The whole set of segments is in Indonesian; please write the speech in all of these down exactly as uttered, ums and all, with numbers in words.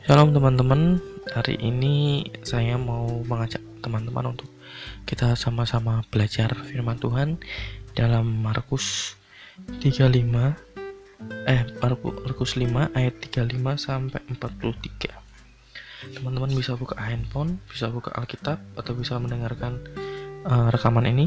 Shalom teman-teman, hari ini saya mau mengajak teman-teman untuk kita sama-sama belajar firman Tuhan dalam Markus tiga puluh lima eh Markus lima ayat tiga puluh lima sampai empat puluh tiga. Teman-teman bisa buka handphone, bisa buka Alkitab atau bisa mendengarkan uh, rekaman ini.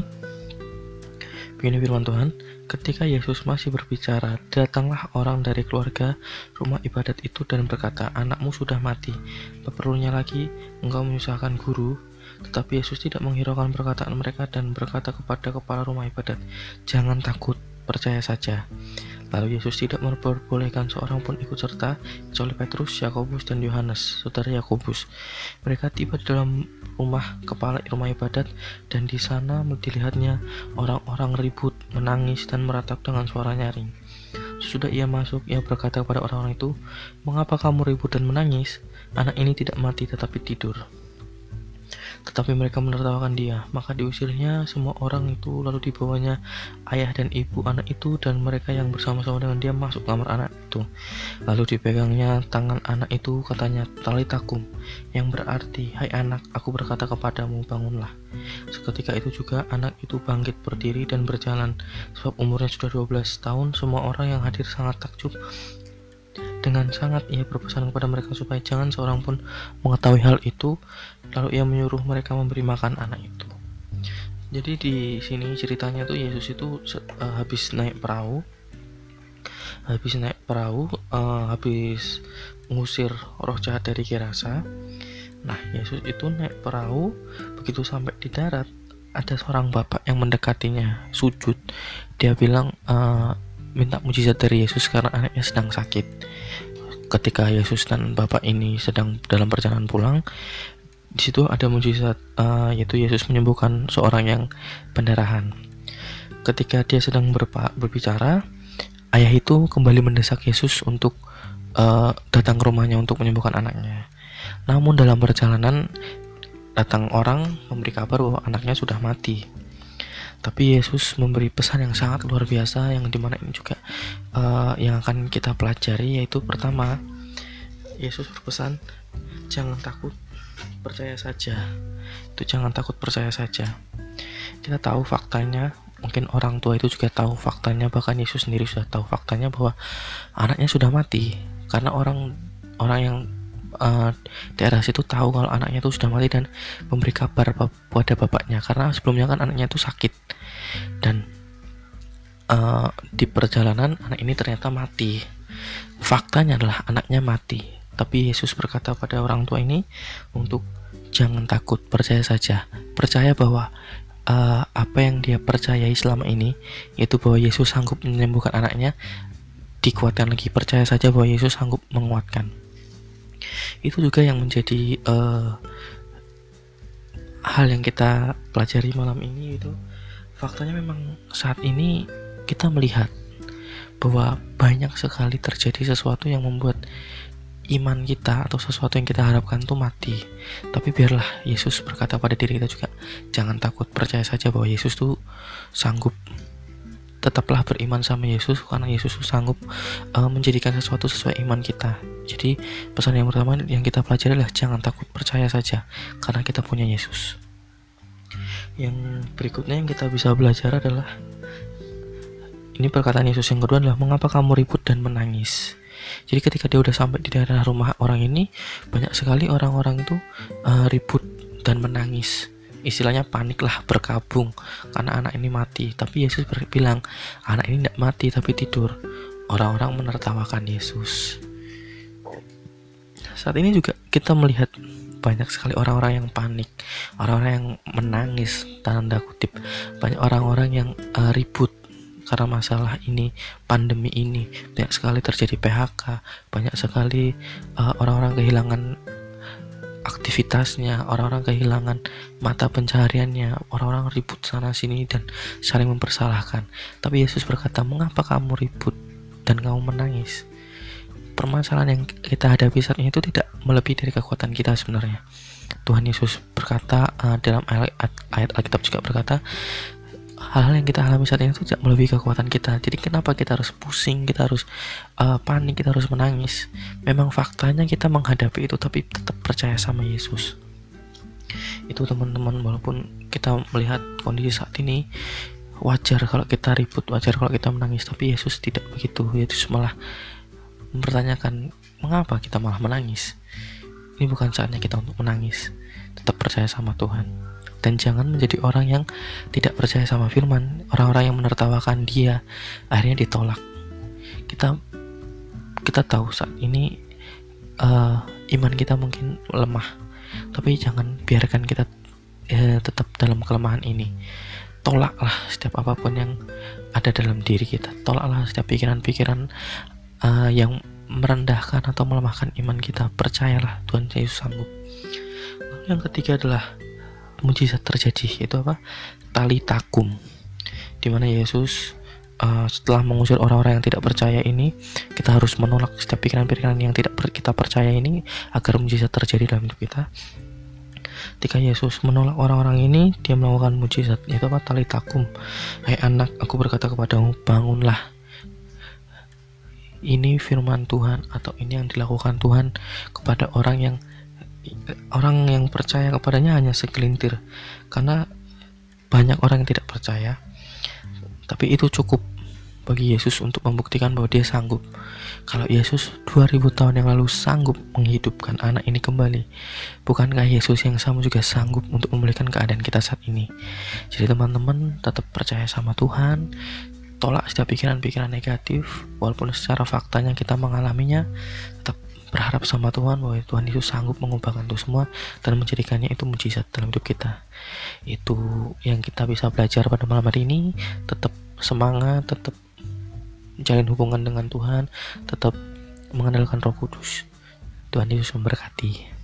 Begini firman Tuhan, ketika Yesus masih berbicara, datanglah orang dari keluarga rumah ibadat itu dan berkata, "Anakmu sudah mati, tak perlunya lagi engkau menyusahkan guru." Tetapi Yesus tidak menghiraukan perkataan mereka dan berkata kepada kepala rumah ibadat, "Jangan takut, percaya saja." Lalu Yesus tidak memperbolehkan seorang pun ikut serta, kecuali Petrus, Yakobus, dan Yohanes, saudara Yakobus. Mereka tiba di dalam rumah kepala rumah ibadat, dan di sana dilihatnya orang-orang ribut, menangis, dan meratap dengan suara nyaring. Sesudah ia masuk, ia berkata kepada orang-orang itu, "Mengapa kamu ribut dan menangis? Anak ini tidak mati tetapi tidur." Tetapi mereka menertawakan dia. Maka diusirnya semua orang itu, lalu dibawanya ayah dan ibu anak itu dan mereka yang bersama-sama dengan dia masuk kamar anak itu. Lalu dipegangnya tangan anak itu, katanya, "Talitakum," yang berarti, "Hai anak, aku berkata kepadamu, bangunlah." Seketika itu juga anak itu bangkit berdiri dan berjalan. Sebab umurnya sudah dua belas tahun. Semua orang yang hadir sangat takjub. Dengan sangat ia berpesan kepada mereka supaya jangan seorang pun mengetahui hal itu. Lalu ia menyuruh mereka memberi makan anak itu. Jadi di sini ceritanya tuh Yesus itu uh, habis naik perahu, habis naik perahu, uh, habis mengusir roh jahat dari Gerasa. Nah, Yesus itu naik perahu, begitu sampai di darat, ada seorang bapak yang mendekatinya, sujud. Dia bilang, uh, minta mujizat dari Yesus karena anaknya sedang sakit. Ketika Yesus dan bapak ini sedang dalam perjalanan pulang, di situ ada mujizat, uh, yaitu Yesus menyembuhkan seorang yang pendarahan. Ketika dia sedang berpa- berbicara, ayah itu kembali mendesak Yesus untuk uh, datang ke rumahnya untuk menyembuhkan anaknya. Namun dalam perjalanan datang orang memberi kabar bahwa anaknya sudah mati. Tapi Yesus memberi pesan yang sangat luar biasa, yang dimana ini juga uh, yang akan kita pelajari, yaitu pertama, Yesus berpesan, "Jangan takut, percaya saja." Itu jangan takut, percaya saja. Kita tahu faktanya, mungkin orang tua itu juga tahu faktanya, bahkan Yesus sendiri sudah tahu faktanya bahwa anaknya sudah mati. Karena orang orang yang Uh, daerah situ tahu kalau anaknya itu sudah mati dan memberi kabar pada bapaknya, karena sebelumnya kan anaknya itu sakit dan uh, di perjalanan anak ini ternyata mati. Faktanya adalah anaknya mati, tapi Yesus berkata pada orang tua ini untuk jangan takut, percaya saja. Percaya bahwa uh, apa yang dia percayai selama ini, yaitu bahwa Yesus sanggup menyembuhkan anaknya, dikuatkan lagi. Percaya saja bahwa Yesus sanggup menguatkan. Itu juga yang menjadi uh, hal yang kita pelajari malam ini. Itu faktanya memang saat ini kita melihat bahwa banyak sekali terjadi sesuatu yang membuat iman kita atau sesuatu yang kita harapkan itu mati. Tapi biarlah Yesus berkata pada diri kita juga, jangan takut, percaya saja bahwa Yesus tuh sanggup. Tetaplah beriman sama Yesus, karena Yesus sanggup uh, menjadikan sesuatu sesuai iman kita. Jadi pesan yang pertama yang kita pelajari adalah jangan takut, percaya saja, karena kita punya Yesus. Yang berikutnya yang kita bisa belajar adalah, ini perkataan Yesus yang kedua adalah, "Mengapa kamu ribut dan menangis?" Jadi ketika dia udah sampai di daerah rumah orang ini, banyak sekali orang-orang itu uh, ribut dan menangis. Istilahnya panik lah, berkabung karena anak ini mati. Tapi Yesus bilang, anak ini tidak mati tapi tidur. Orang-orang menertawakan Yesus. Saat ini juga kita melihat banyak sekali orang-orang yang panik, orang-orang yang menangis, tanda kutip. Banyak orang-orang yang uh, ribut karena masalah ini, pandemi ini. Banyak sekali terjadi P H K, banyak sekali uh, orang-orang kehilangan aktivitasnya, orang-orang kehilangan mata pencahariannya, orang-orang ribut sana sini dan saling mempersalahkan. Tapi Yesus berkata, "Mengapa kamu ribut dan kamu menangis?" Permasalahan yang kita hadapi saat ini itu tidak melebihi dari kekuatan kita sebenarnya. Tuhan Yesus berkata uh, dalam ayat, ayat Alkitab juga berkata, hal-hal yang kita alami saat ini itu tidak melebihi kekuatan kita. Jadi kenapa kita harus pusing, kita harus uh, panik, kita harus menangis? Memang faktanya kita menghadapi itu, tapi tetap percaya sama Yesus. Itu teman-teman, walaupun kita melihat kondisi saat ini, wajar kalau kita ribut, wajar kalau kita menangis, tapi Yesus tidak begitu. Yesus malah mempertanyakan, mengapa kita malah menangis? Ini bukan saatnya kita untuk menangis. Tetap percaya sama Tuhan, dan jangan menjadi orang yang tidak percaya sama firman, orang-orang yang menertawakan dia, akhirnya ditolak. Kita kita tahu saat ini uh, iman kita mungkin lemah, tapi jangan biarkan kita uh, tetap dalam kelemahan ini. Tolaklah setiap apapun yang ada dalam diri kita. Tolaklah setiap pikiran-pikiran uh, yang merendahkan atau melemahkan iman kita. Percayalah Tuhan Yesus sanggup. Lalu yang ketiga adalah mujizat terjadi, itu apa? Tali takum, dimana Yesus uh, setelah mengusir orang-orang yang tidak percaya ini, kita harus menolak setiap pikiran-pikiran yang tidak per- kita percaya ini agar mujizat terjadi dalam hidup kita. Ketika Yesus menolak orang-orang ini, dia melakukan mujizat, yaitu apa? Tali takum. Hai anak, aku berkata kepadamu, bangunlah. Ini firman Tuhan, atau ini yang dilakukan Tuhan kepada orang yang orang yang percaya kepadanya hanya segelintir, karena banyak orang yang tidak percaya. Tapi itu cukup bagi Yesus untuk membuktikan bahwa dia sanggup. Kalau Yesus dua ribu tahun yang lalu sanggup menghidupkan anak ini kembali, bukankah Yesus yang sama juga sanggup untuk memulihkan keadaan kita saat ini? Jadi teman-teman, tetap percaya sama Tuhan. Tolak setiap pikiran-pikiran negatif, walaupun secara faktanya kita mengalaminya. Tetap berharap sama Tuhan bahwa Tuhan itu sanggup mengubahkan itu semua dan menjadikannya itu mujizat dalam hidup kita. Itu yang kita bisa belajar pada malam hari ini. Tetap semangat, tetap jalin hubungan dengan Tuhan, tetap mengandalkan Roh Kudus. Tuhan Yesus memberkati.